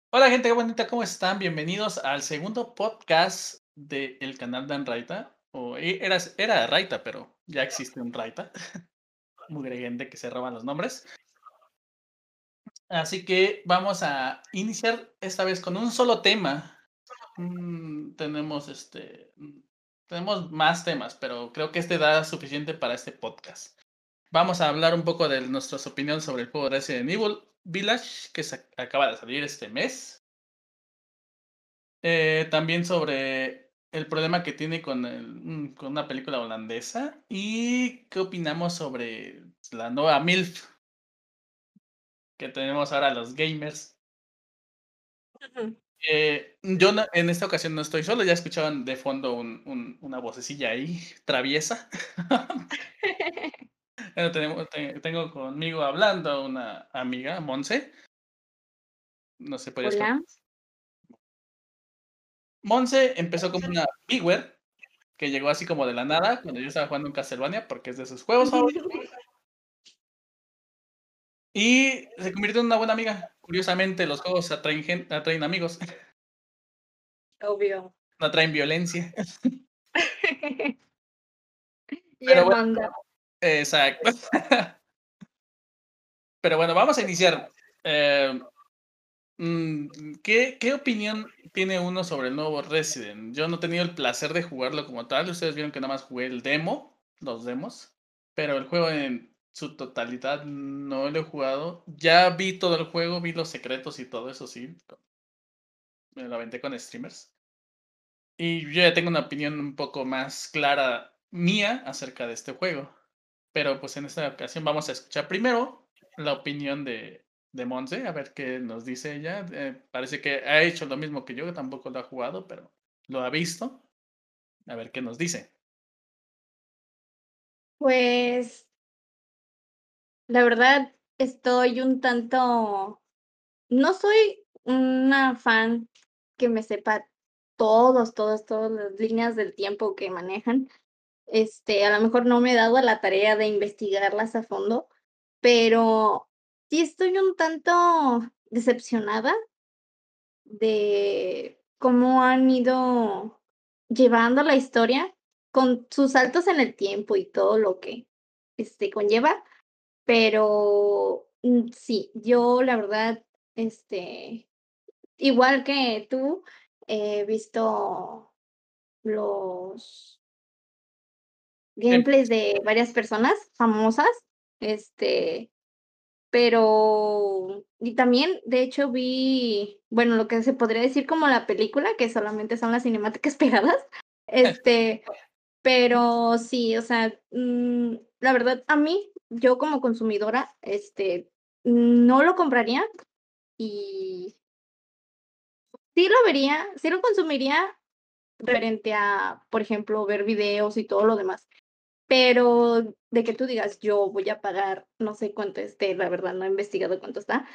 Hola gente bonita, ¿cómo están? Bienvenidos al segundo podcast del canal Dan Raita. Era Raita, pero ya existe un Raita. Mugre gente que se roban los nombres. Así que vamos a iniciar esta vez con un solo tema. Tenemos más temas, pero creo que este da suficiente para este podcast. Vamos a hablar un poco de nuestras opiniones sobre el juego Resident Evil Village, que acaba de salir este mes. También sobre el problema que tiene con una película holandesa, y qué opinamos sobre la nueva MILF que tenemos ahora los gamers. Ujú. Yo en esta ocasión no estoy solo, ya escuchaban de fondo una vocecilla ahí traviesa. Tengo conmigo hablando una amiga, Monse, no sé, podrías Hola. Monse empezó como una viewer que llegó así como de la nada cuando yo estaba jugando en Castlevania, porque es de sus juegos favoritos. Y se convirtió en una buena amiga. Curiosamente, los juegos atraen amigos, Obvio. no atraen violencia. Y Pero bueno, hermandad. exacto. Pero bueno, vamos a iniciar. Eh, ¿Qué opinión tiene uno sobre el nuevo Resident? Yo no he tenido el placer de jugarlo como tal. Ustedes vieron que nada más jugué el demo, los demos, pero el juego en su totalidad no lo he jugado. Ya vi todo el juego, vi los secretos y todo eso, sí. Me lo aventé con streamers. Y yo ya tengo una opinión un poco más clara mía acerca de este juego. Pero pues en esta ocasión vamos a escuchar primero la opinión de Monse, a ver qué nos dice ella. Parece que ha hecho lo mismo que yo, que tampoco lo ha jugado, pero lo ha visto. A ver qué nos dice. Pues, la verdad, estoy un tanto no soy una fan que me sepa todas las líneas del tiempo que manejan. A lo mejor no me he dado a la tarea de investigarlas a fondo, pero sí estoy un tanto decepcionada de cómo han ido llevando la historia con sus saltos en el tiempo y todo lo que, conlleva, pero, sí, yo la verdad, igual que tú, he visto los gameplays de varias personas famosas, este, pero y también, de hecho, vi, bueno, lo que se podría decir como la película, que solamente son las cinemáticas pegadas, este, pero sí, o sea, la verdad, a mí, yo como consumidora, no lo compraría y sí lo vería, sí lo consumiría referente a, por ejemplo, ver videos y todo lo demás. Pero de que tú digas: "Yo voy a pagar", no sé cuánto esté, la verdad, no he investigado cuánto está,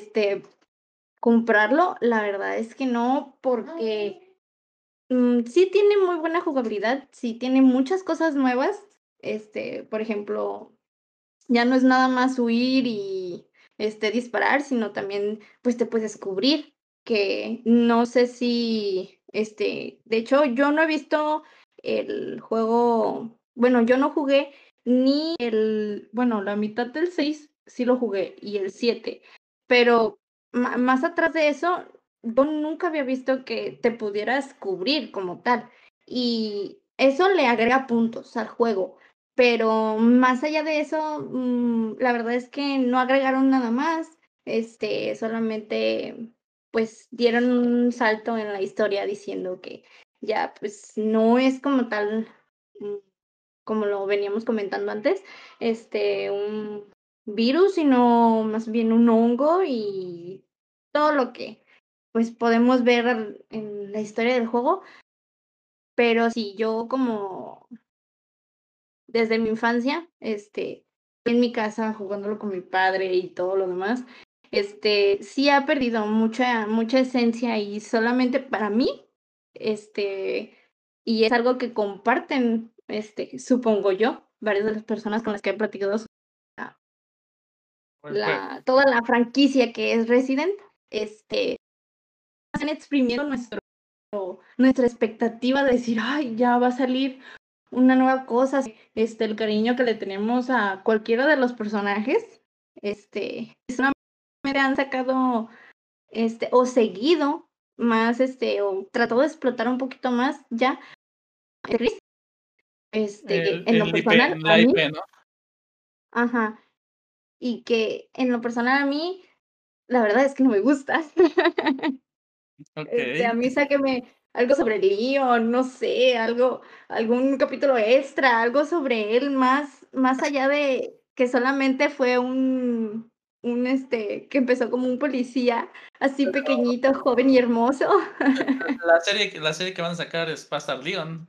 comprarlo, la verdad es que no, porque, sí tiene muy buena jugabilidad, sí tiene muchas cosas nuevas, por ejemplo, ya no es nada más huir y, disparar, sino también, pues, te puedes cubrir, que no sé si, de hecho, yo no he visto el juego, bueno, yo no jugué ni bueno, la mitad del 6 sí lo jugué y el 7, pero más atrás de eso, yo nunca había visto que te pudieras cubrir como tal, y eso le agrega puntos al juego. Pero más allá de eso, la verdad es que no agregaron nada más, solamente, pues, dieron un salto en la historia diciendo que ya, pues, no es como tal, mm, como lo veníamos comentando antes, un virus, sino más bien un hongo y todo lo que, pues, podemos ver en la historia del juego. Pero sí, yo como desde mi infancia, en mi casa jugándolo con mi padre y todo lo demás, sí ha perdido mucha esencia y solamente para mí, este, y es algo que comparten, supongo yo, varias de las personas con las que he platicado sobre la El juego. toda la franquicia que es Resident, han exprimido nuestra expectativa de decir, ay, ya va a salir una nueva cosa, el cariño que le tenemos a cualquiera de los personajes, solamente han sacado, o seguido más, o tratado de explotar un poquito más ya, Chris, en lo El IP, personal, a la mí, IP, ¿no? ajá, y que en lo personal a mí, la verdad es que no me gusta. Ok. A mí sáqueme algo sobre Leon, no sé, algún capítulo extra, algo sobre él más allá de que solamente fue que empezó como un policía así pequeñito, joven y hermoso. La serie que van a sacar es Bastard Leon.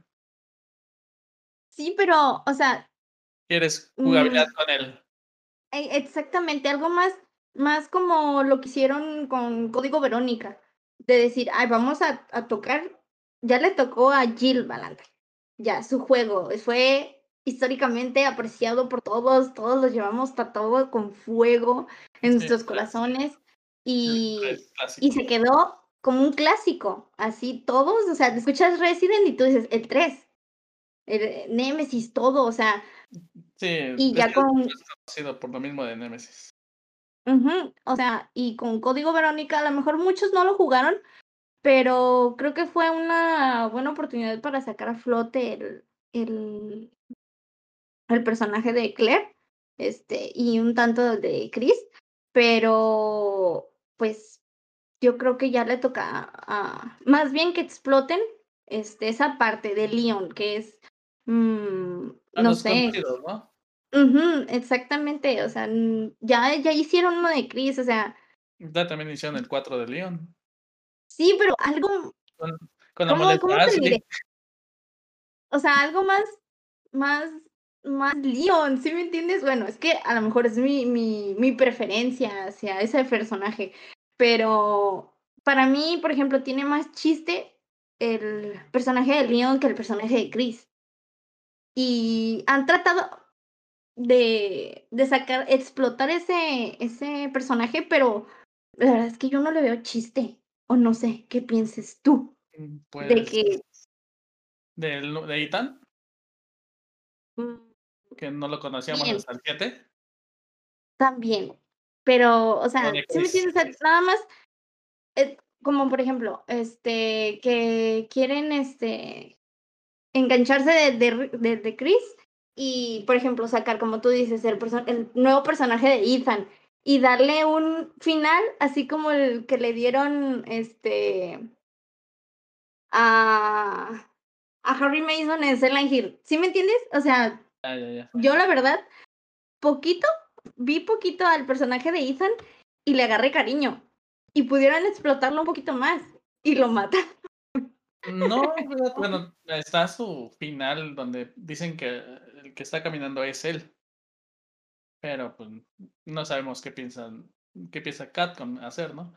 Sí, pero, o sea, ¿Quieres jugabilidad mm, con él? exactamente, algo más como lo que hicieron con Código Verónica, de decir: "Ay, vamos a tocar", ya le tocó a Jill Valentine, ya su juego fue históricamente apreciado por todos, todos lo llevamos tatuado con fuego en Sí, nuestros corazones, es y se clásico. quedó como un clásico, así todos, o sea, escuchas Resident y tú dices: "El 3 el Némesis", todo, o sea, Sí, y es ya que es con más conocido por lo mismo de Nemesis. ujú, o sea, y con Código Verónica, a lo mejor muchos no lo jugaron, pero creo que fue una buena oportunidad para sacar a flote el el personaje de Claire, y un tanto de Chris, pero, pues, yo creo que ya le toca a más bien que exploten, esa parte de Leon, que es, A no los sé. conocidos, ¿no? Ujú, exactamente, o sea, ya hicieron uno de Chris, o sea, Ya también hicieron el 4 de Leon. sí, pero algo, Con, con la ¿cómo maleta te diré? Ashley. O sea, algo más más Leon, ¿sí me entiendes? Bueno, es que a lo mejor es mi preferencia hacia ese personaje, pero para mí, por ejemplo, tiene más chiste el personaje de Leon que el personaje de Chris. Y han tratado de sacar explotar ese personaje, pero la verdad es que yo no le veo chiste, o no sé, ¿qué pienses tú? De Pues que, de Ethan, mm, que no lo conocíamos bien, hasta el 7. también, pero, o O sea, de ¿sí me Chris. entiendes? O sea, nada más, como por ejemplo, que quieren, engancharse de Chris y, por ejemplo, sacar, como tú dices, el nuevo personaje de Ethan y darle un final, así como el que le dieron, a Harry Mason en Silent Hill, ¿sí me entiendes? O sea, Ya, ya, ya. yo la verdad, poquito, vi poquito al personaje de Ethan y le agarré cariño, y pudieron explotarlo un poquito más, y lo matan. No, bueno, está su final donde dicen que el que está caminando es él, pero pues no sabemos qué piensa Capcom hacer, ¿no?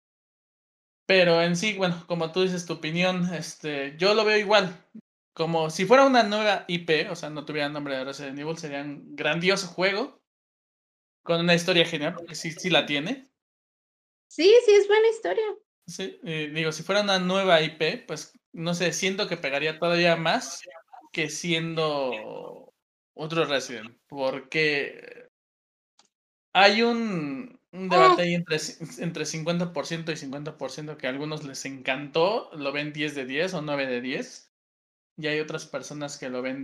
Pero en sí, bueno, como tú dices tu opinión, yo lo veo igual. Como si fuera una nueva IP, o sea, no tuviera nombre de Resident Evil, sería un grandioso juego con una historia genial, porque sí, sí la tiene. Sí, sí, es buena historia. Sí, digo, si fuera una nueva IP, pues no sé, siento que pegaría todavía más que siendo otro Resident, porque hay un debate ahí entre 50% y 50% que a algunos les encantó, lo ven 10 de 10 o 9 de 10, y hay otras personas que lo ven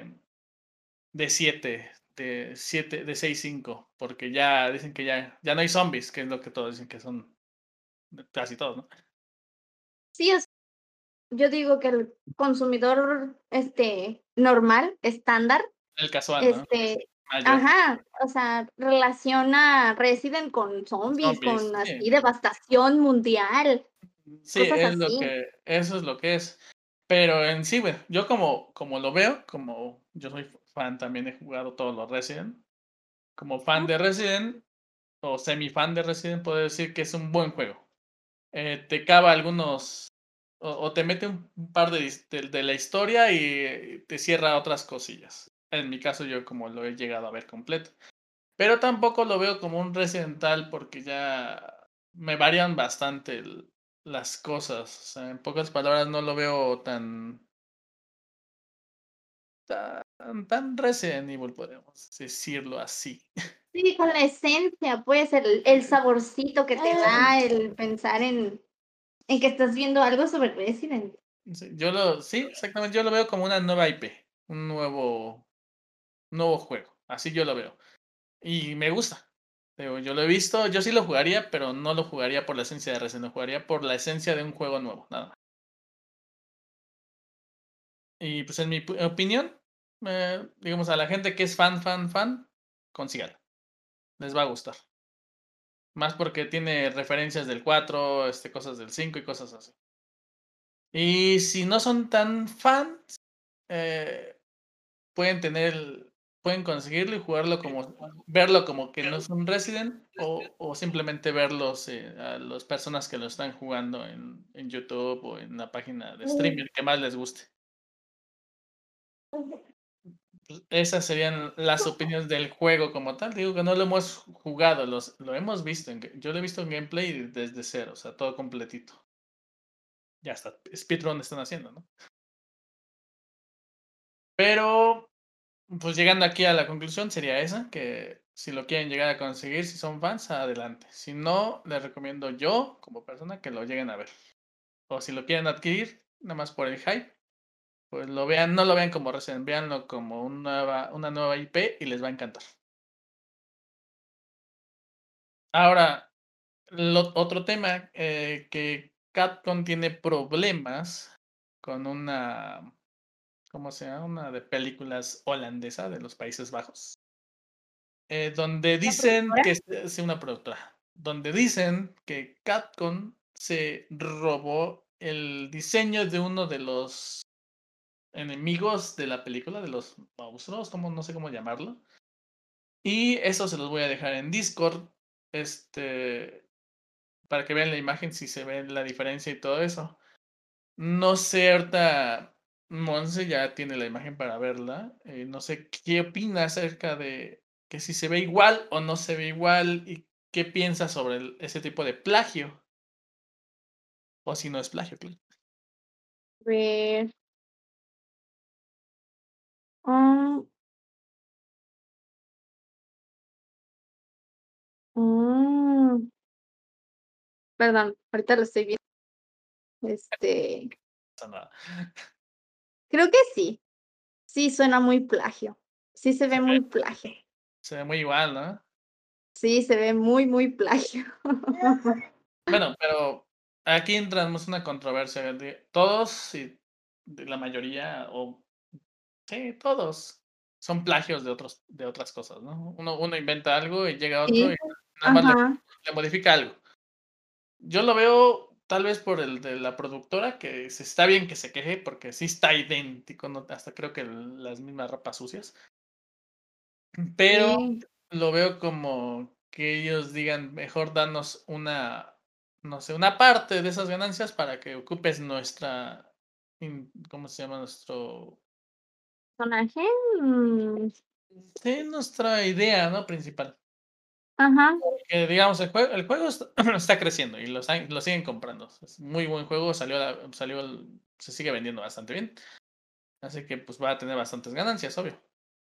de 7 de 6,5 porque ya dicen que ya no hay zombies, que es lo que todos dicen que son casi todos, ¿no? Sí, yo digo que el consumidor, normal, estándar, El casual, ¿no? este Mayor. ajá, o sea, relaciona Resident con zombies, Zombies, con sí. así devastación mundial, Sí, cosas así. eso es lo que es. Pero en sí, bueno, yo como lo veo, como yo soy fan, también he jugado todos los Resident. Como fan Ujú. de Resident, o semi-fan de Resident, puedo decir que es un buen juego. Te cava algunos, o te mete un par de la historia y te cierra otras cosillas. En mi caso, yo como lo he llegado a ver completo. Pero tampoco lo veo como un Resident Tal porque ya me varían bastante las cosas. O sea, en pocas palabras, no lo veo tan Resident Evil, podemos decirlo así. Sí, con la esencia, pues, el saborcito que te da el pensar en que estás viendo algo sobre Resident. Sí, exactamente, yo lo veo como una nueva IP, un nuevo juego, así yo lo veo. Y me gusta. Digo, yo lo he visto, yo sí lo jugaría, pero no lo jugaría por la esencia de Resident, lo jugaría por la esencia de un juego nuevo, nada más. Y pues en mi opinión, digamos, a la gente que es fan, consígala, les va a gustar. Más porque tiene referencias del 4, cosas del 5 y cosas así. Y si no son tan fans, eh, pueden pueden conseguirlo y jugarlo verlo como que no es un Resident o simplemente verlos a las personas que lo están jugando en YouTube o en la página de streaming que más les guste. Pues, esas serían las opiniones del juego como tal. Digo que no lo hemos jugado, lo hemos visto. Yo lo he visto en gameplay desde cero, o sea, todo completito. Ya está, speedrun están haciendo, ¿no? Pero pues llegando aquí a la conclusión sería esa, que si lo quieren llegar a conseguir, si son fans, adelante. Si no, les recomiendo yo, como persona, que lo lleguen a ver. O si lo quieren adquirir, nada más por el hype, pues lo vean, no lo vean como Resident, veanlo como una nueva IP y les va a encantar. Ahora, otro tema, que Capcom tiene problemas con ¿cómo se llama? Una de películas holandesa de los Países Bajos. Donde ¿La dicen productora? que es una productora, donde dicen que Capcom se robó el diseño de uno de los enemigos de la película, de los monstruos, como no sé cómo llamarlo. Y eso se los voy a dejar en Discord, para que vean la imagen si se ve la diferencia y todo eso. No sé, ahorita Monse ya tiene la imagen para verla. No sé qué opina acerca de que si se ve igual o no se ve igual y qué piensa sobre ese tipo de plagio. O si no es plagio, claro. Ver, ah, mm, perdón, ahorita lo estoy viendo. Este, No pasa nada. creo que sí. Sí suena muy plagio. Sí se Se ve ve, muy plagio. se ve muy igual, ¿no? Sí, se ve muy, muy plagio. Bueno, pero aquí entramos en una controversia de todos y de la mayoría, o sí, todos son plagios de otras cosas, ¿no? Uno inventa algo y llega otro y Sí, nada más ajá, le modifica algo. Yo lo veo tal vez por el de la productora, que está bien que se queje, porque sí está idéntico, ¿no? Hasta creo que las mismas ropas sucias, pero sí, lo veo como que ellos digan: "Mejor danos no sé, una parte de esas ganancias para que ocupes ¿cómo se llama? personaje, mm, Sí, nuestra idea, ¿no? Principal". ajá, Que digamos, el juego está creciendo y lo siguen comprando. Es muy buen juego, se sigue vendiendo bastante bien. Así que, pues, va a tener bastantes ganancias, obvio.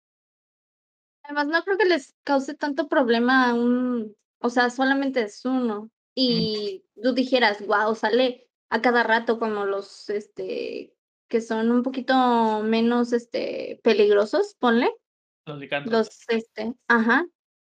además, no creo que les cause tanto problema a o sea, solamente es uno. Ujú, Y tú dijeras: "Guau, sale a cada rato", como los, que son un poquito menos, peligrosos, ponle. los licántropos. Los, ajá,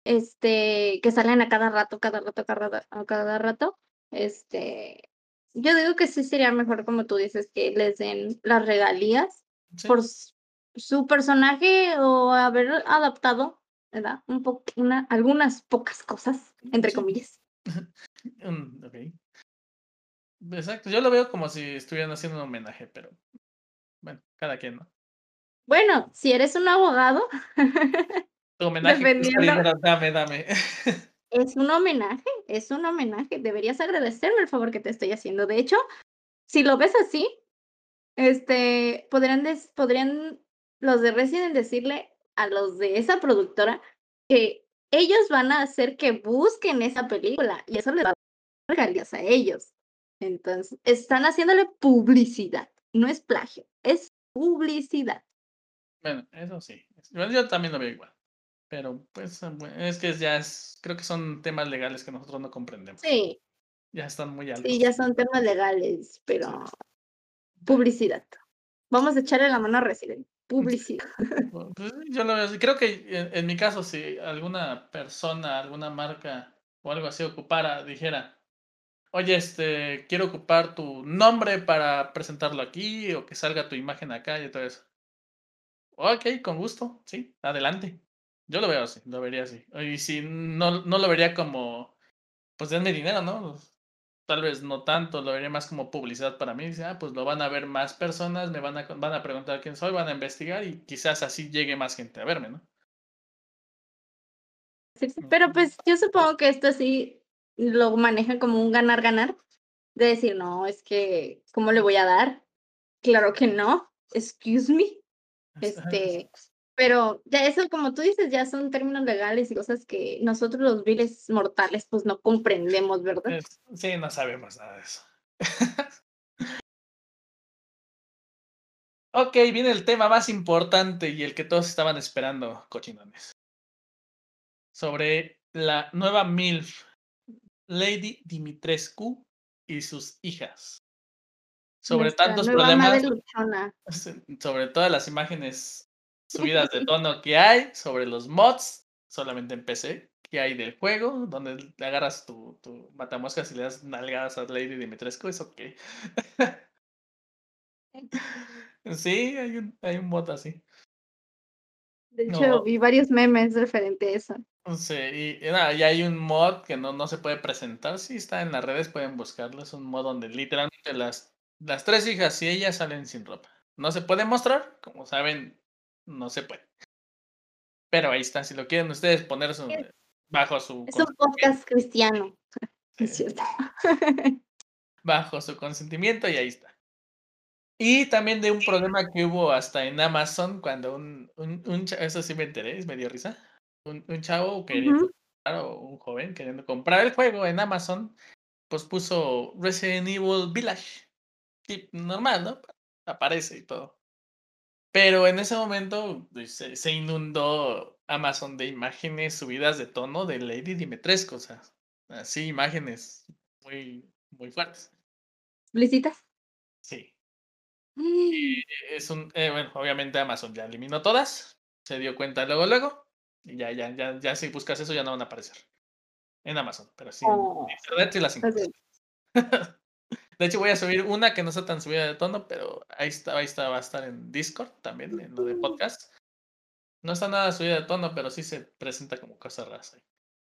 que salen a cada rato, a cada rato. Este, yo digo que sí sería mejor, como tú dices, que les den las regalías por Sí, su personaje o haber adaptado, ¿verdad? Algunas pocas cosas, entre sí. comillas. Okey. Exacto, yo lo veo como si estuvieran haciendo un homenaje, pero bueno, cada quien, ¿no? Bueno, si eres un abogado Tu homenaje cuesta defendiendo, dinero, dame. es un homenaje, deberías agradecerme el favor que te estoy haciendo. De hecho, si lo ves así, podrían los de Resident decirle a los de esa productora que ellos van a hacer que busquen esa película, y eso les va a dar regalías a ellos. Entonces, están haciéndole publicidad, no es plagio, es publicidad. Bueno, eso sí. Bueno, yo también lo veo igual. Pero, pues, es que creo que son temas legales que nosotros no comprendemos. Sí, Ya están muy sí, ya altos. son temas legales, Sí. pero publicidad. Vamos a echarle la mano a Resident, publicidad. Pues, yo lo veo así. Creo que en mi caso, si alguna persona, alguna marca o algo así ocupara, dijera: "Oye, quiero ocupar tu nombre para presentarlo aquí, o que salga tu imagen acá", y todo eso. Okey, con gusto, sí, adelante. Yo lo veo así, lo vería así. Y si no lo vería como, pues, denme dinero, ¿no? Tal vez no tanto, lo vería más como publicidad para mí. Dice: "Ah, pues lo van a ver más personas, van a preguntar quién soy, van a investigar y quizás así llegue más gente a verme", ¿no? Sí, sí, pero, Ujú. pues, yo supongo que esto sí lo manejan como un ganar-ganar, de decir: "No, es que, ¿cómo le voy a dar? Claro que no, excuse me". Este, pero ya eso, como tú dices, ya son términos legales y cosas que nosotros los viles mortales, pues, no comprendemos, ¿verdad? Sí, no sabemos nada de eso. Okey, viene el tema más importante y el que todos estaban esperando, cochinones. Sobre la nueva MILF, Lady Dimitrescu y sus hijas. Sobre Nuestra tantos nueva madre problemas, luchona. sobre todas las imágenes subidas de tono que hay, sobre los mods, solamente en PC, que hay del juego, donde le agarras tu matamoscas y le das nalgadas a Lady Dimitrescu, ¿eso okey. Sí, hay un mod así. De hecho, No, vi varios memes referente a eso. sí, y nada, y hay un mod que no se puede presentar, sí está en las redes, pueden buscarlo, es un mod donde literalmente las 3 hijas y ella salen sin ropa. No se puede mostrar, como saben, no se puede. Pero ahí está, si lo quieren ustedes poner Es bajo su es un consentimiento, podcast cristiano, es eh, cierto. bajo su consentimiento y ahí está. Y también de un problema que hubo hasta en Amazon cuando eso sí me enteré, me dio risa. Un chavo queriendo Ujú. comprar, o un joven queriendo comprar el juego en Amazon, pues puso Resident Evil Village, normal, ¿no? Aparece y todo. Pero en ese momento, pues, se inundó Amazon de imágenes subidas de tono de Lady Dimitrescu, o sea, así imágenes muy fuertes. ¿Explícitas? Sí. Mm. Bueno, obviamente Amazon ya eliminó todas, se dio cuenta luego, y ya si buscas eso ya no van a aparecer en Amazon, pero sí en Oh, internet sí las encuentras. okey. De hecho, voy a subir una que no está tan subida de tono, pero ahí está, va a estar en Discord también, en lo de podcast. No está nada subida de tono, pero sí se presenta como cosas raras ahí.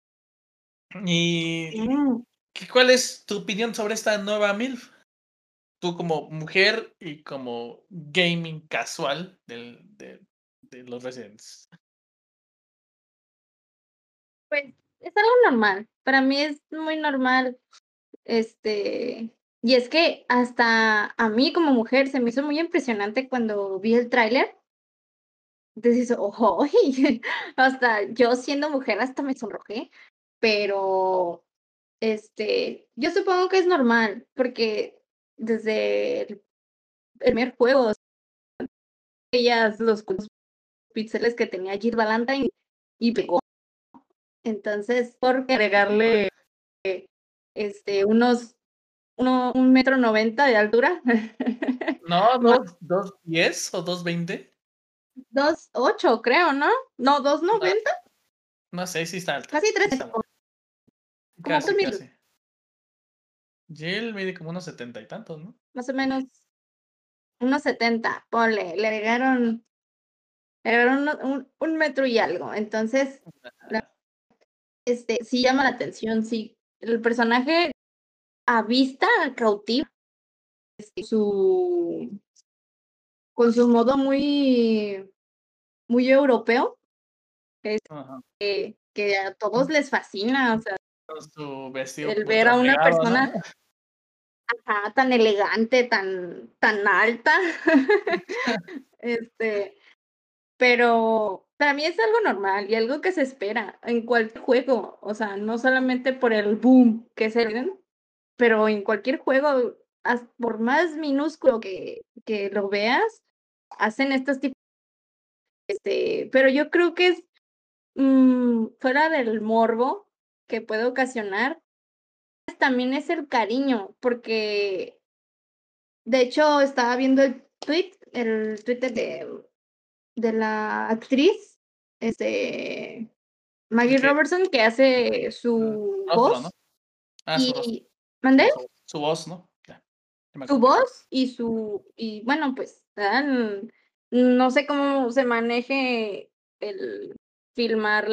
¿Y Mm, cuál es tu opinión sobre esta nueva MILF? Tú como mujer y como gaming casual de los Residents. pues, es algo normal. Para mí es muy normal, y es que hasta a mí como mujer se me hizo muy impresionante cuando vi el tráiler. Entonces, ojo, hasta yo siendo mujer hasta me sonrojé, pero, yo supongo que es normal, porque desde el primer juego, veías los píxeles que tenía Jill Valentine y pegó. Entonces, ¿por qué agregarle, unos 1,90 m de altura? No, Más 2:10 o 2:20. 2,8 creo, ¿no? No, No, 2,90, no sé, sí está alta, casi sí 3 está buena. como Casi, 3,000, casi. Jill mide como unos 70 y tantos, ¿no? más o menos, unos 70 ponle, le agregaron un metro y algo. Entonces, la Ajá. sí llama la atención, sí. El personaje a vista cautiva, su con su modo muy europeo, Ajá. que a todos les fascina, o sea, Con su vestido el ver ultra a una pegado, ¿no? persona, ajá, tan elegante, tan alta, este, pero para mí es algo normal y algo que se espera en cualquier juego, o sea, no solamente por el boom que es el pero en cualquier juego, por más minúsculo que lo veas, hacen estos tipos, pero yo creo que es, fuera del morbo que puede ocasionar, también es el cariño, porque de hecho estaba viendo el Twitter de la actriz, ¿De Maggie qué? Robertson, que hace su Rostro, ¿no? voz, Ah, su rostro. y ¿mandé? Su voz, ¿no? Ya me Su confundí. voz y bueno, pues, no sé cómo se maneje el filmar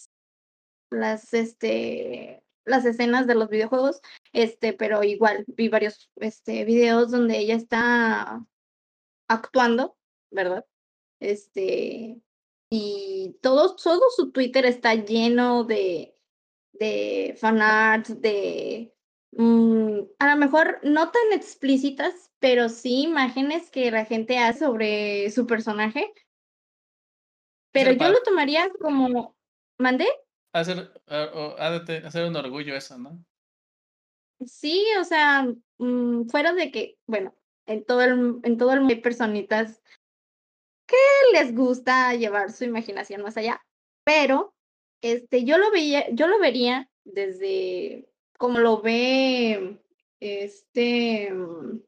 las escenas de los videojuegos, pero igual vi varios, videos donde ella está actuando, ¿verdad? Este, y todo su Twitter está lleno de fanarts, a lo mejor no tan explícitas, pero sí imágenes que la gente hace sobre su personaje, pero Ser yo padre. lo tomaría como, ¿mandé? Ha de hacer un orgullo eso, ¿no? Sí, o sea, fuera de que, bueno, en todo el mundo hay personitas les gusta llevar su imaginación más allá, pero, yo lo vería desde como lo ve, este, mm,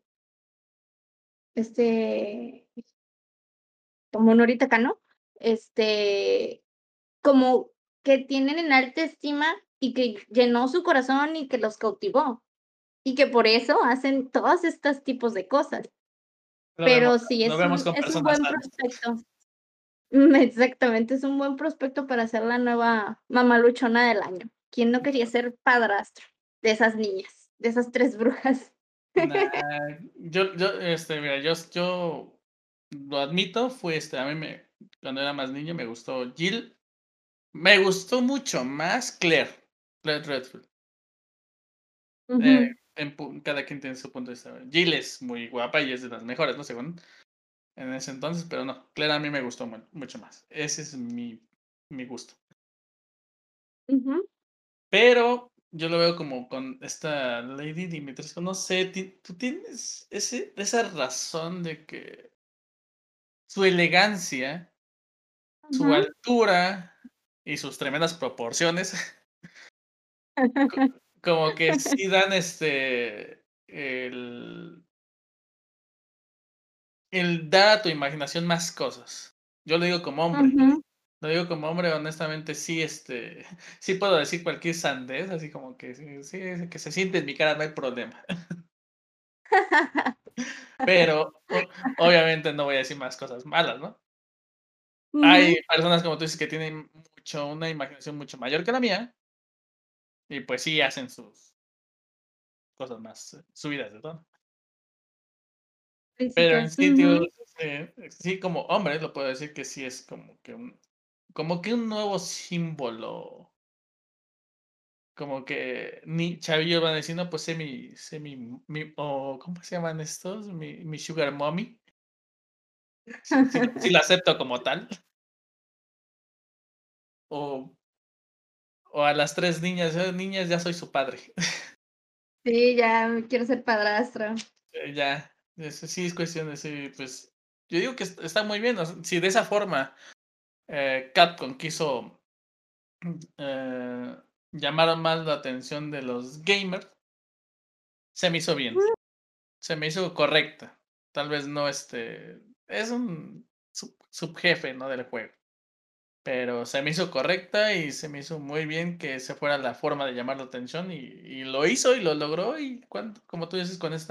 este, como Norita Cano, como que tienen en alta estima y que llenó su corazón y que los cautivó, y que por eso hacen todos estos tipos de cosas. Lo vemos Pero sí, lo es vemos un con es un personas buen sanas. prospecto. Exactamente, es un buen prospecto para ser la nueva mamá luchona del año. ¿Quién no quería ser padrastro de esas niñas, de esas 3 brujas? Nah, mira, yo lo admito, a mí cuando era más niño me gustó Jill, me gustó mucho más Claire Redfield. Eh, Ujú, cada quien tiene su punto de vista. Jill es muy guapa y es de las mejores, ¿no? Según en ese entonces, pero no, Claire a mí me gustó mucho más. Ese es mi gusto. ujú, Pero yo lo veo como con esta Lady Dimitrescu, no sé, tú tienes esa razón de que su elegancia, su ujú. altura y sus tremendas proporciones, co como que sí dan, el dar a tu imaginación más cosas. Yo lo digo como hombre. Ujú. Lo digo como hombre, honestamente, sí, sí puedo decir cualquier sandez, así como que sí, sí, que se siente en mi cara, no hay problema. Pero, obviamente no voy a decir más cosas malas, ¿no? Hay Ujú. personas, como tú dices, que tienen una imaginación mucho mayor que la mía, y pues sí hacen sus cosas más, subidas de tono. Pero en Explícitas. sitios, Ujú. sí, como hombre, lo puedo decir que sí es como que un nuevo símbolo, como que ni chavillos van a decir: "No, pues o ¿cómo se llaman estos? Mi sugar mommy", sí lo acepto como tal, o a las 3 niñas: Niñas, ya soy su padre". Sí, ya quiero ser padrastro. Ya, eso sí es cuestión de sí, pues, yo digo que está muy bien, o sea, si de esa forma, Capcom quiso, eh, llamar más la atención de los gamers, se me hizo bien, Ujú. se me hizo correcta. Tal vez no, es un subjefe, ¿no?, del juego, pero se me hizo correcta y se me hizo muy bien que esa fuera la forma de llamar la atención y lo hizo y lo logró y como tú dices, con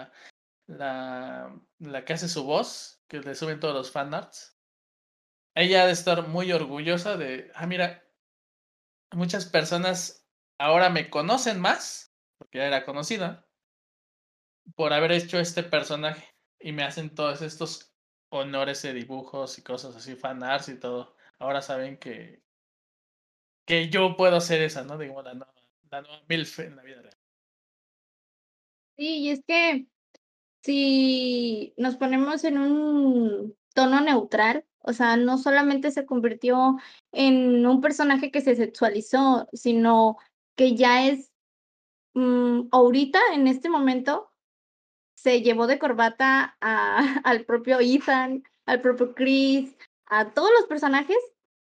la que hace su voz, que le suben todos los fanarts, ella ha de estar muy orgullosa mira, muchas personas ahora me conocen más, porque ya era conocida, por haber hecho este personaje y me hacen todos estos honores de dibujos y cosas así, fanarts y todo. Ahora saben que yo puedo ser esa, ¿no? Digamos, la nueva MILF en la vida real. Sí, y es que si nos ponemos en un tono neutral, o sea, no solamente se convirtió en un personaje que se sexualizó, sino que ya es ahorita, en este momento, se llevó de corbata a al propio Ethan, al propio Chris, a todos los personajes,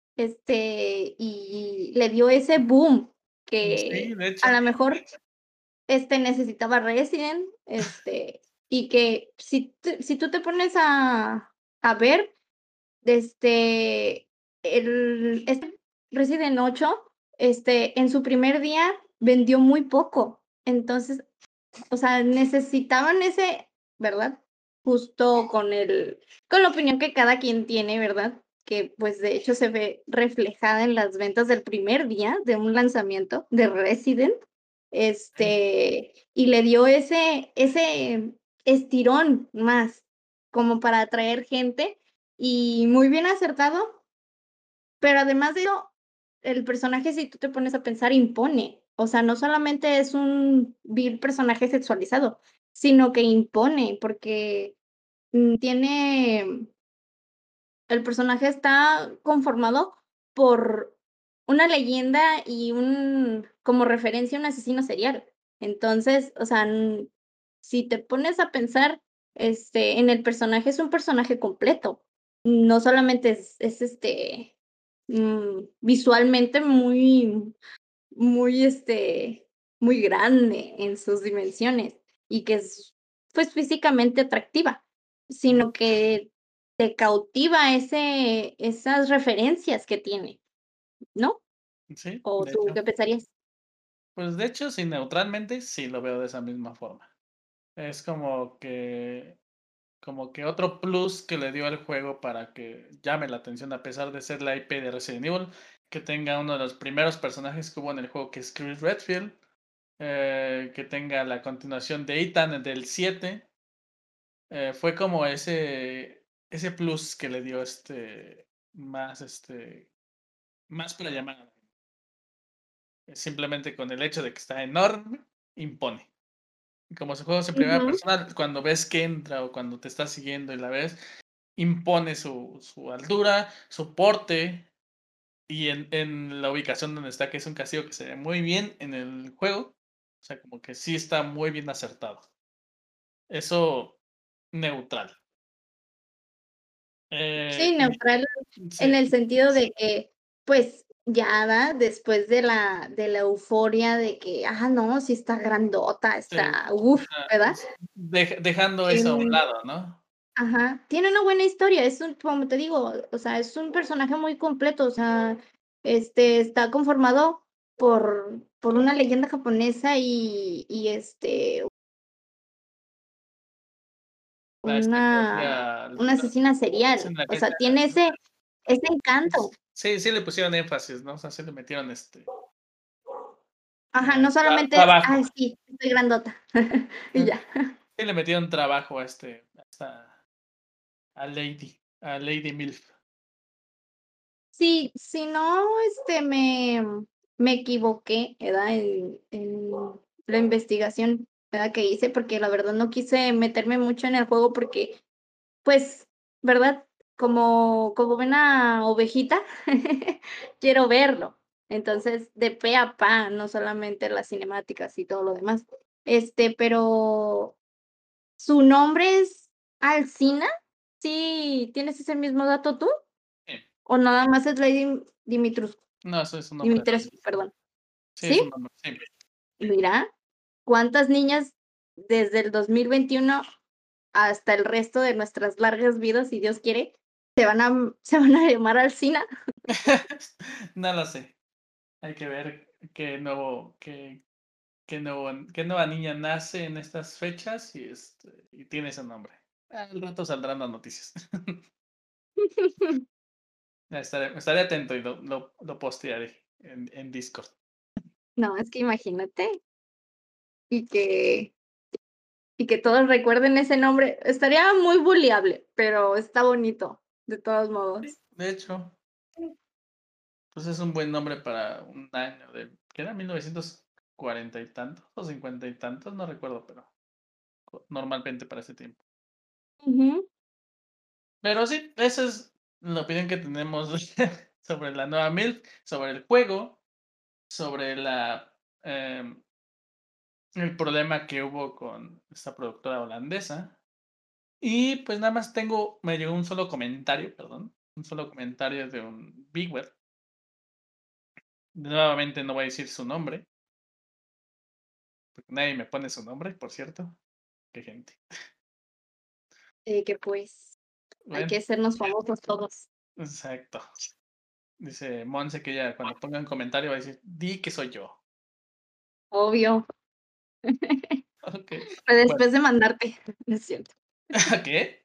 y le dio ese boom Sí, que de a hecho. la mejor, necesitaba Resident, y que si tú te pones a ver, este, Resident 8, en su primer día vendió muy poco. Entonces, o sea, necesitaban ese, ¿verdad? Justo con la opinión que cada quien tiene, ¿verdad? Que, pues, de hecho, se ve reflejada en las ventas del primer día de un lanzamiento de Resident, y le dio ese estirón más, como para atraer gente, y muy bien acertado, pero además de eso, el personaje, si tú te pones a pensar, impone. O sea, no solamente es un vil personaje sexualizado, sino que impone, porque, tiene el personaje está conformado por una leyenda y como referencia, un asesino serial. Entonces, o sea, si te pones a pensar, en el personaje, es un personaje completo. No solamente visualmente muy, muy grande en sus dimensiones y que es, pues, físicamente atractiva, Mm, sino que te cautiva esas referencias que tiene, ¿no? sí, ¿O de tú hecho. qué pensarías? Pues, de hecho, sí, neutralmente, sí lo veo de esa misma forma. Es como que otro plus que le dio al juego para que llame la atención, a pesar de ser la IP de Resident Evil, que tenga uno de los primeros personajes que hubo en el juego, que es Chris Redfield, que tenga la continuación de Ethan del 7, fue como ese plus que le dio más, más para llamar. Simplemente con el hecho de que está enorme, impone. Como su juego es en primera Ujú. persona, cuando ves que entra o cuando te está siguiendo y la ves, impone su altura, su porte y en la ubicación donde está, que es un castillo que se ve muy bien en el juego. O sea, como que sí está muy bien acertado. Eso neutral. Sí, Y neutral en sí, el sentido de que, pues, ya, ¿verdad? Después de la euforia de que, no, sí está grandota, sí, está, o uf, sea, ¿verdad? dejando eso a un Tiene lado, ¿no? Ajá, tiene una buena historia, como te digo, o sea, es un personaje muy completo, o sea, está conformado por una leyenda japonesa y, La que una hacía una asesina serial, la o que sea, hacía tiene ese encanto. sí, sí le pusieron énfasis, ¿no? O sea, sí le metieron, Ajá, no solamente es: trabajo. "Ay, sí, estoy grandota", y ya. Sí le metieron trabajo a Lady Milf. Sí, si no, me equivoqué, ¿verdad? En la investigación, ¿verdad? Que hice, porque la verdad no quise meterme mucho en el juego porque, pues, ¿verdad? Como buena ovejita, quiero verlo. Entonces, de pe a pa, no solamente las cinemáticas y todo lo demás. Pero, ¿su nombre es Alcina? ¿Sí tienes ese mismo dato tú? Sí. ¿O nada más es Lady No, eso es un nombre real. Dimitrescu, perdón? Sí, es ¿Sí? un nombre, sí. Mira, cuántas niñas desde el 2021 hasta el resto de nuestras largas vidas, si Dios quiere, se van a llamar Alsina. No lo sé. Hay que ver qué nueva niña nace en estas fechas y tiene ese nombre. Al rato saldrán las noticias. Estaré atento y lo postearé en Discord. No, es que imagínate, y que y que todos recuerden ese nombre. Estaría muy buleable, pero está bonito, de todos Sí, modos. de hecho, pues es un buen nombre para un año ¿qué era? 1940 y tantos o 50 y tantos, no recuerdo, pero normalmente para ese tiempo. Ujú. Pero sí, esa es la opinión que tenemos sobre la nueva MILF, sobre el juego, sobre em, el problema que hubo con esta productora holandesa. Y pues nada más me llegó un solo comentario, perdón, un solo comentario de un viewer. Nuevamente no voy a decir su nombre, porque nadie me pone su nombre, por cierto. Qué gente. Que pues hay Bueno, que hacernos famosos todos. exacto. Dice Monse que ella cuando ponga un comentario va a decir, di que soy yo. Obvio. Ok. Pero Bueno, después de mandarte, no es cierto. ¿qué?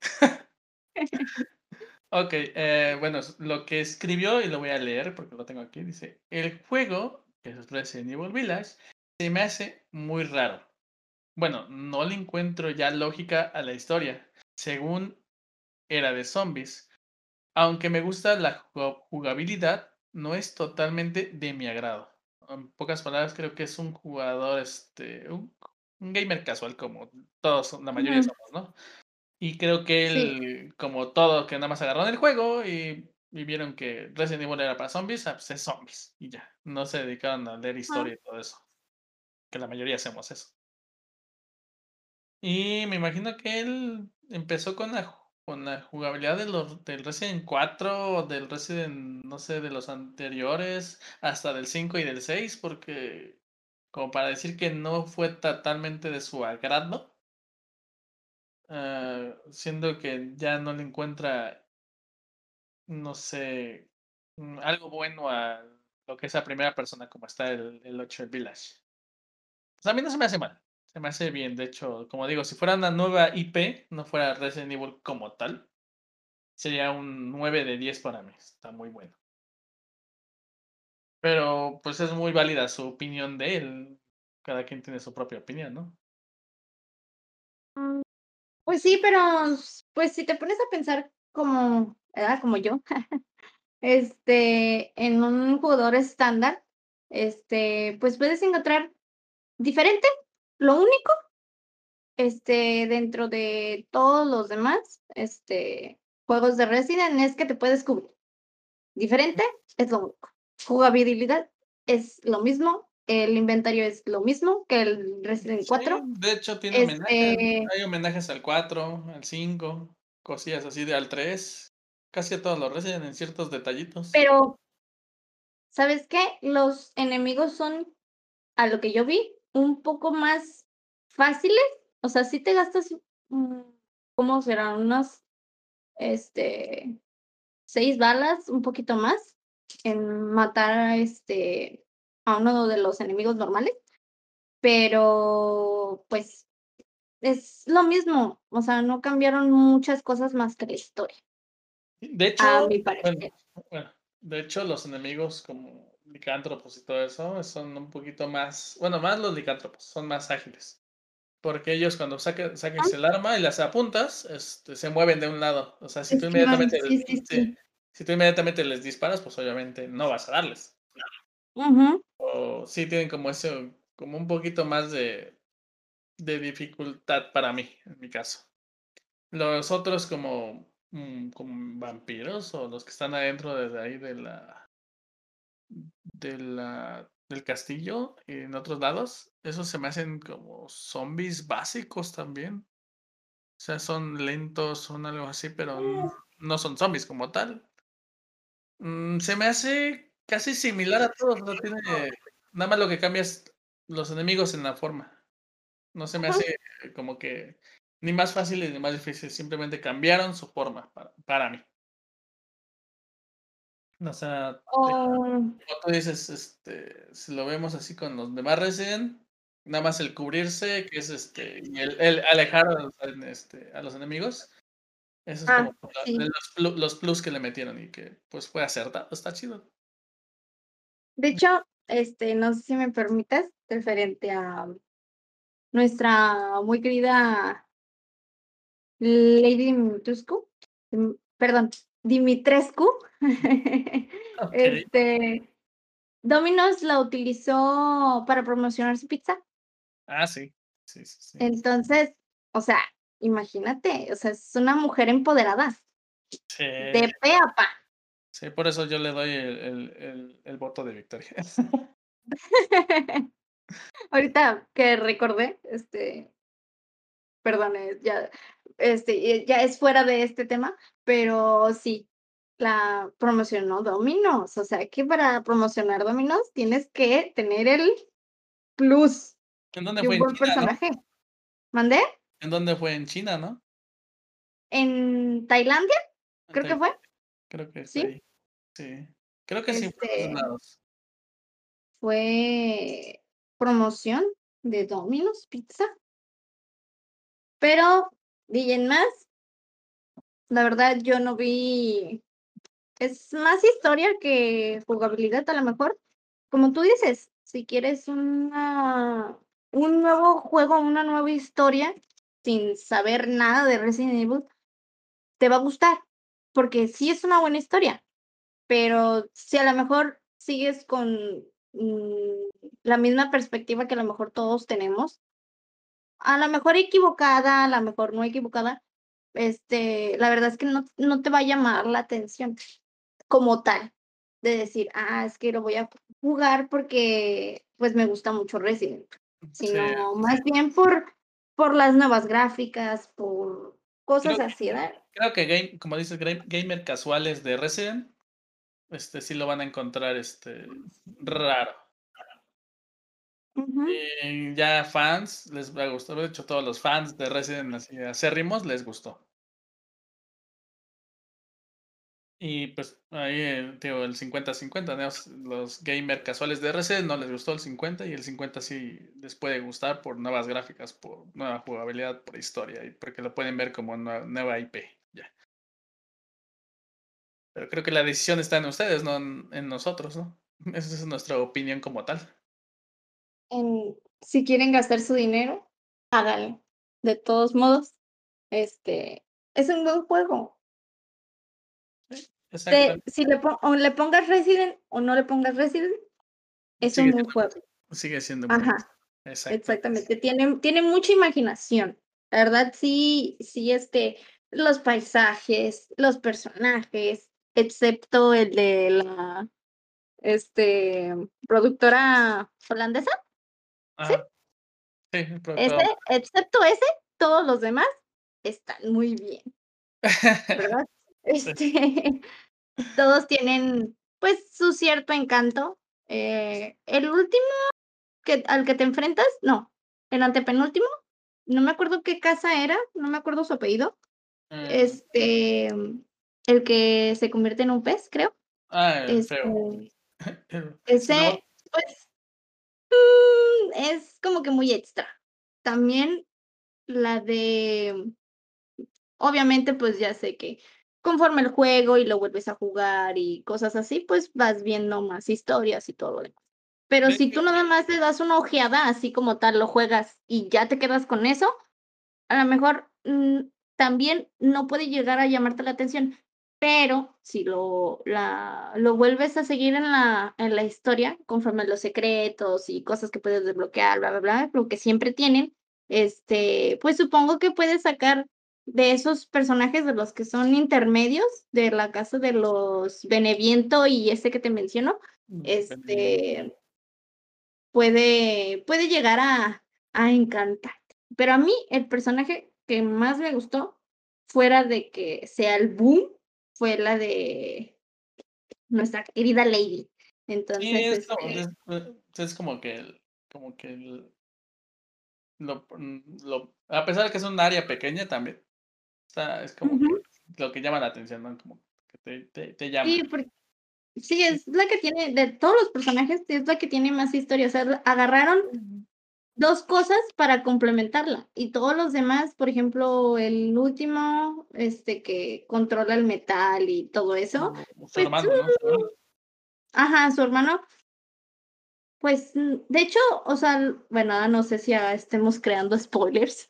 Ok, bueno, lo que escribió, y lo voy a leer porque lo tengo aquí, dice, el juego, que es Resident Evil Village, se me hace muy raro. Bueno, no le encuentro ya lógica a la historia, según era de zombies. Aunque me gusta la jugabilidad, no es totalmente de mi agrado. En pocas palabras, creo que es un jugador, un gamer casual, como todos, la mayoría Ujú, somos, ¿no? Y creo que sí, él, como todo, que nada más agarraron el juego y vieron que Resident Evil era para zombies, pues es zombies. Y ya, no se dedicaron a leer ajá. historia y todo eso, que la mayoría hacemos eso. Y me imagino que él empezó con la jugabilidad del Resident 4 o del Resident, no sé, de los anteriores, hasta del 5 y del 6 porque como para decir que no fue totalmente de su agrado, siendo que ya no le encuentra, no sé, algo bueno a lo que es la primera persona como está el 8 el Village. Pues a mí no se me hace mal, se me hace bien. De hecho, como digo, si fuera una nueva IP, no fuera Resident Evil como tal, sería un 9 de 10 para mí. Está muy bueno. Pero pues es muy válida su opinión de él. Cada quien tiene su propia opinión, ¿no? Mm, pues sí, pero, pues, si te pones a pensar como, ¿verdad? Como yo, en un jugador estándar, pues, puedes encontrar diferente. Lo único, dentro de todos los demás, juegos de Resident es que te puedes cubrir. Diferente es lo único. Jugabilidad es lo mismo, el inventario es lo mismo que el Resident Sí, 4. de hecho tiene homenajes. Este, Hay homenajes al 4 al 5 cosillas así de al 3 casi a todos los Resident en ciertos detallitos. pero, ¿sabes qué? Los enemigos son, a lo que yo vi, un poco más fáciles. O sea, sí te gastas, mm, ¿cómo serán? Unas, este, 6 balas, un poquito más, en matar a uno de los enemigos normales, pero, pues, es lo mismo. O sea, no cambiaron muchas cosas más que la historia, De a hecho, mi bueno parecer. bueno, de hecho, los enemigos como licántropos y todo eso son un poquito más, bueno, más los licántropos, son más ágiles, porque ellos cuando saques el arma y las apuntas, se mueven de un lado. O sea, Esquivan, sí, sí, sí. si tú inmediatamente les disparas, pues obviamente no vas a darles. Ujú. O sí tienen como ese, como un poquito más de dificultad para mí, en mi caso. Los otros como vampiros o los que están adentro de ahí del castillo y en otros lados, esos se me hacen como zombies básicos también. O sea, son lentos, son algo así, pero no son zombies como tal. Se me hace casi similar a todos, no tiene nada más lo que cambia es los enemigos en la forma. No se me Ujú. hace como que ni más fáciles ni más difíciles, simplemente cambiaron su forma para mí. O sea, O como tú dices, si lo vemos así con los demás Resident, nada más el cubrirse, que es y el alejar a los enemigos, eso es como de sí. los plus que le metieron y que pues fue acertado, está chido. De hecho, no sé si me permitas, referente a nuestra muy querida Lady Dimitrescu, perdón, Dimitrescu, Okey. Domino's la utilizó para promocionar su pizza. Ah, sí. Sí, sí, sí. Entonces, o sea, imagínate, o sea, es una mujer empoderada, Sí, de pe a pa. sí, por eso yo le doy el voto de victoria. Ahorita que recordé, perdón, ya es fuera de este tema, pero sí, la promocionó Domino's, o sea, que para promocionar Domino's tienes que tener el plus ¿En dónde de fue? un En buen China, ¿no? personaje. ¿Mandé? ¿En dónde fue? En China, ¿no? ¿En Tailandia? En Creo que Tailandia, fue, creo que fue sí, ahí. Sí. Creo que sí fue en esos este, lados. fue promoción de Domino's Pizza, pero de en más, la verdad yo no vi. Es más historia que jugabilidad, a lo mejor. Como tú dices, si quieres un nuevo juego, una nueva historia, sin saber nada de Resident Evil, te va a gustar, porque sí es una buena historia, pero si a lo mejor sigues con, mm, la misma perspectiva que a lo mejor todos tenemos, a lo mejor equivocada, a lo mejor no equivocada, la verdad es que no te va a llamar la atención. Como tal, de decir: "Ah, es que lo voy a jugar porque, pues, me gusta mucho Resident", Sí, sino más bien por las nuevas gráficas, por creo cosas que así, ¿verdad? como dices, gamer casuales de Resident, sí lo van a encontrar, raro. Ujú. Ya fans les va a gustar, de hecho, todos los fans de Resident así acérrimos les gustó. Y, pues, ahí, te digo, el 50-50, ¿no? Los gamer casuales de Resident no les gustó el 50 y el 50 sí les puede gustar por nuevas gráficas, por nueva jugabilidad, por historia y porque lo pueden ver como nueva IP, ya. Pero creo que la decisión está en ustedes, no en nosotros, ¿no? Esa es nuestra opinión como tal. Si quieren gastar su dinero, háganlo. De todos modos, es un buen juego. Exactamente. Si le pongas Resident o no le pongas Resident, es un buen juego. Sigue siendo un buen Ajá. exactamente. Exactamente, tiene mucha imaginación. La verdad, sí sí, los paisajes, los personajes, excepto el de la, productora holandesa, ¿sí? Ajá, sí, pero Ese, excepto ese, todos los demás están muy bien, ¿verdad? sí, Este, todos tienen, pues, su cierto encanto. El último al que te enfrentas, no, el antepenúltimo, no me acuerdo qué casa era, no me acuerdo su apellido, eh, este, el que se convierte en un pez, creo, el este, feo. Su nuevo ese, pues, es como que muy extra. También la de obviamente, pues, ya sé que conforme el juego y lo vuelves a jugar y cosas así, pues, vas viendo más historias y todo lo demás. Pero de si tú nada más le das una ojeada, así como tal, lo juegas y ya te quedas con eso, a lo mejor, también no puede llegar a llamarte la atención, pero si lo vuelves a seguir en la historia, conforme los secretos y cosas que puedes desbloquear, bla, bla, bla, lo que siempre tienen, pues, supongo que puedes sacar de esos personajes de los que son intermedios de la casa de los Beneviento y que te menciono, este, puede llegar a encantarte. Pero a mí, el personaje que más me gustó, fuera de que sea el boom, fue la de nuestra querida Lady. sí, Entonces, es como que a pesar de que es un área pequeña también, es como ujú, que lo que llama la atención, ¿no? Como que te sí, llama. sí, es la que tiene de todos los personajes, es la que tiene más historia, o sea, agarraron Ujú. 2 cosas para complementarla, y todos los demás, por ejemplo, el último, que controla el metal y todo eso, Su pues, hermano, ¿no? ajá, su hermano. Pues, de hecho, o sea, bueno, no sé si ya estemos creando spoilers.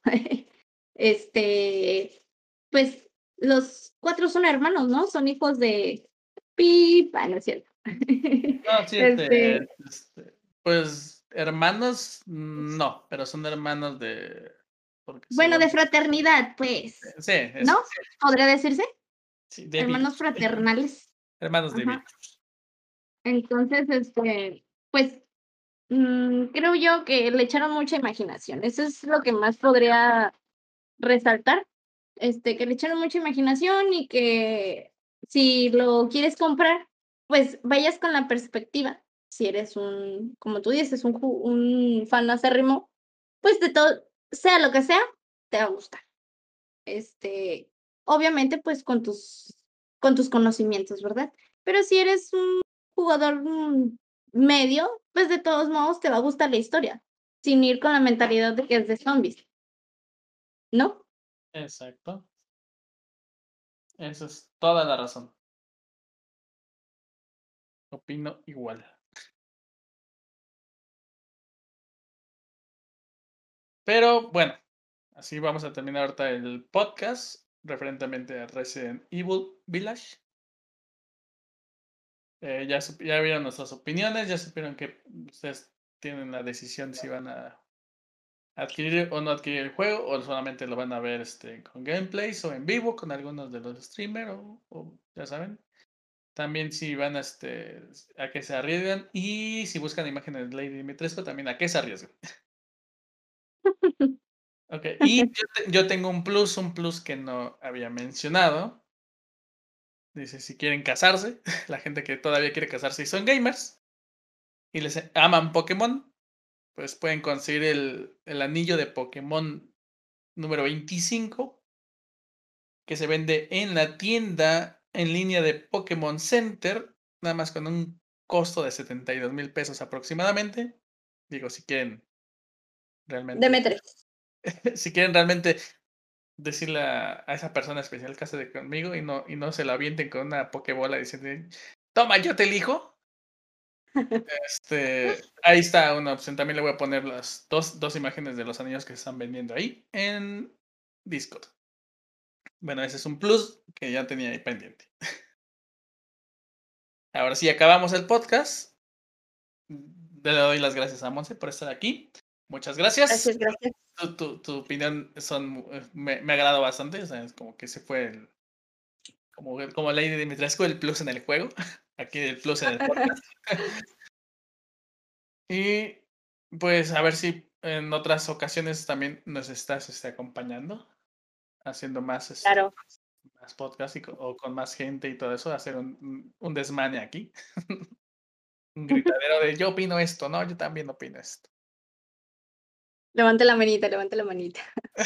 Pues, los 4 son hermanos, ¿no? Son hijos de Pip, no es cierto. No, sí, Este, pues, hermanos, no, pero son hermanos porque bueno, según de fraternidad, pues, sí, ¿no? eso, ¿Podría decirse? sí, de Hermanos vivos, fraternales. hermanos de Ajá. vivos. Entonces, pues Creo yo que le echaron mucha imaginación. Eso es lo que más podría resaltar, que le echaron mucha imaginación y que si lo quieres comprar, pues vayas con la perspectiva. Si eres un, como tú dices, un fan acérrimo, pues de todo, sea lo que sea, te va a gustar. Este, obviamente, pues con tus conocimientos, ¿verdad? Pero si eres un jugador, medio, pues de todos modos te va a gustar la historia, sin ir con la mentalidad de que es de zombies, ¿no? Exacto. Eso es toda la razón. Opino igual. Pero bueno, así vamos a terminar ahorita el podcast referentemente a Resident Evil Village. Ya vieron nuestras opiniones, ya supieron que ustedes tienen la decisión si van a adquirir o no adquirir el juego, o solamente lo van a ver con gameplays o en vivo con algunos de los streamers, o ya saben. También si van a que se arriesgan, y si buscan imágenes de Lady Dimitrescu, también a que se arriesgan. Ok, y yo tengo un plus que no había mencionado. Dice, si quieren casarse, la gente que todavía quiere casarse y son gamers y les aman Pokémon, pues pueden conseguir el anillo de Pokémon número 25 que se vende en la tienda en línea de Pokémon Center, nada más con un costo de 72,000 pesos aproximadamente. Digo, si quieren realmente, Deme 3. si quieren realmente decirle a esa persona especial cásate conmigo y no se la avienten con una pokebola diciendo, toma, yo te elijo. Ahí está una opción. También le voy a poner las dos imágenes de los anillos que se están vendiendo ahí en Discord. Bueno, ese es un plus que ya tenía ahí pendiente. Ahora sí, acabamos el podcast. Le doy las gracias a Monse por estar aquí. Muchas gracias. Gracias, gracias. Tu opinión me agradó bastante. O sea, es como que se fue como Lady Dimitrescu, el plus en el juego. Aquí el plus en el podcast. Y pues a ver si en otras ocasiones también nos estás acompañando, haciendo más, Claro. más podcast o con más gente y todo eso, hacer un desmane aquí. Un gritadero de yo opino esto, no, yo también opino esto. Levante la manita, levante la manita.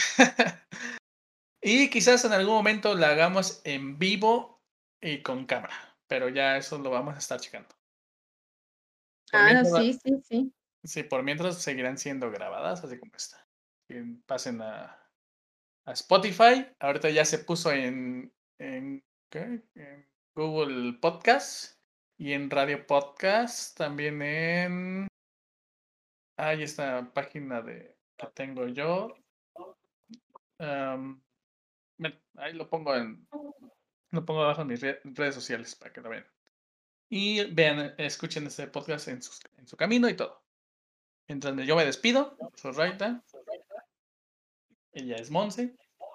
Y quizás en algún momento la hagamos en vivo y con cámara, pero ya eso lo vamos a estar checando. Por Ah, no, mientras, sí, sí, sí. sí, por mientras seguirán siendo grabadas, así como está. Pasen a Spotify. Ahorita ya se puso ¿qué? En Google Podcast y en Radio Podcast. También hay esta página que tengo yo. am, ahí lo pongo abajo en mis redes sociales para que lo vean. Y vean, escuchen este podcast en su camino y todo. Mientras yo me despido, soy Raita, ella es Monse.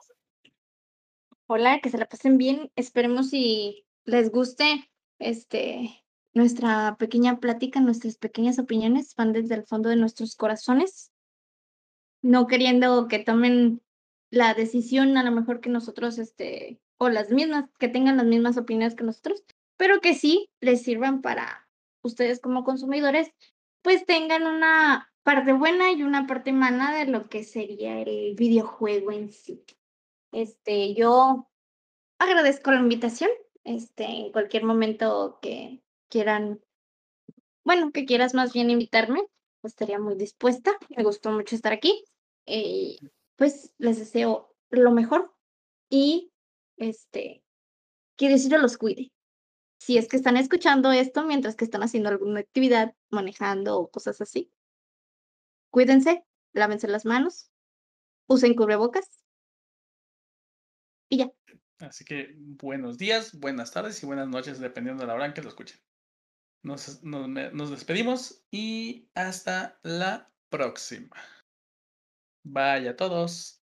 Hola, que se la pasen bien. Esperemos si les guste, nuestra pequeña plática, nuestras pequeñas opiniones van desde el fondo de nuestros corazones, no queriendo que tomen la decisión a lo mejor que nosotros, o las mismas, que tengan las mismas opiniones que nosotros, pero que sí les sirvan para ustedes como consumidores, pues tengan una parte buena y una parte mala de lo que sería el videojuego en sí. Yo agradezco la invitación, en cualquier momento que quieran, bueno, que quieras más bien invitarme, pues estaría muy dispuesta. Me gustó mucho estar aquí. Y pues les deseo lo mejor y que Diosito los cuide. Si es que están escuchando esto mientras que están haciendo alguna actividad, manejando o cosas así, cuídense, lávense las manos, usen cubrebocas y ya. Así que buenos días, buenas tardes y buenas noches, dependiendo de la hora en que lo escuchen. Nos despedimos y hasta la próxima. Bye a todos.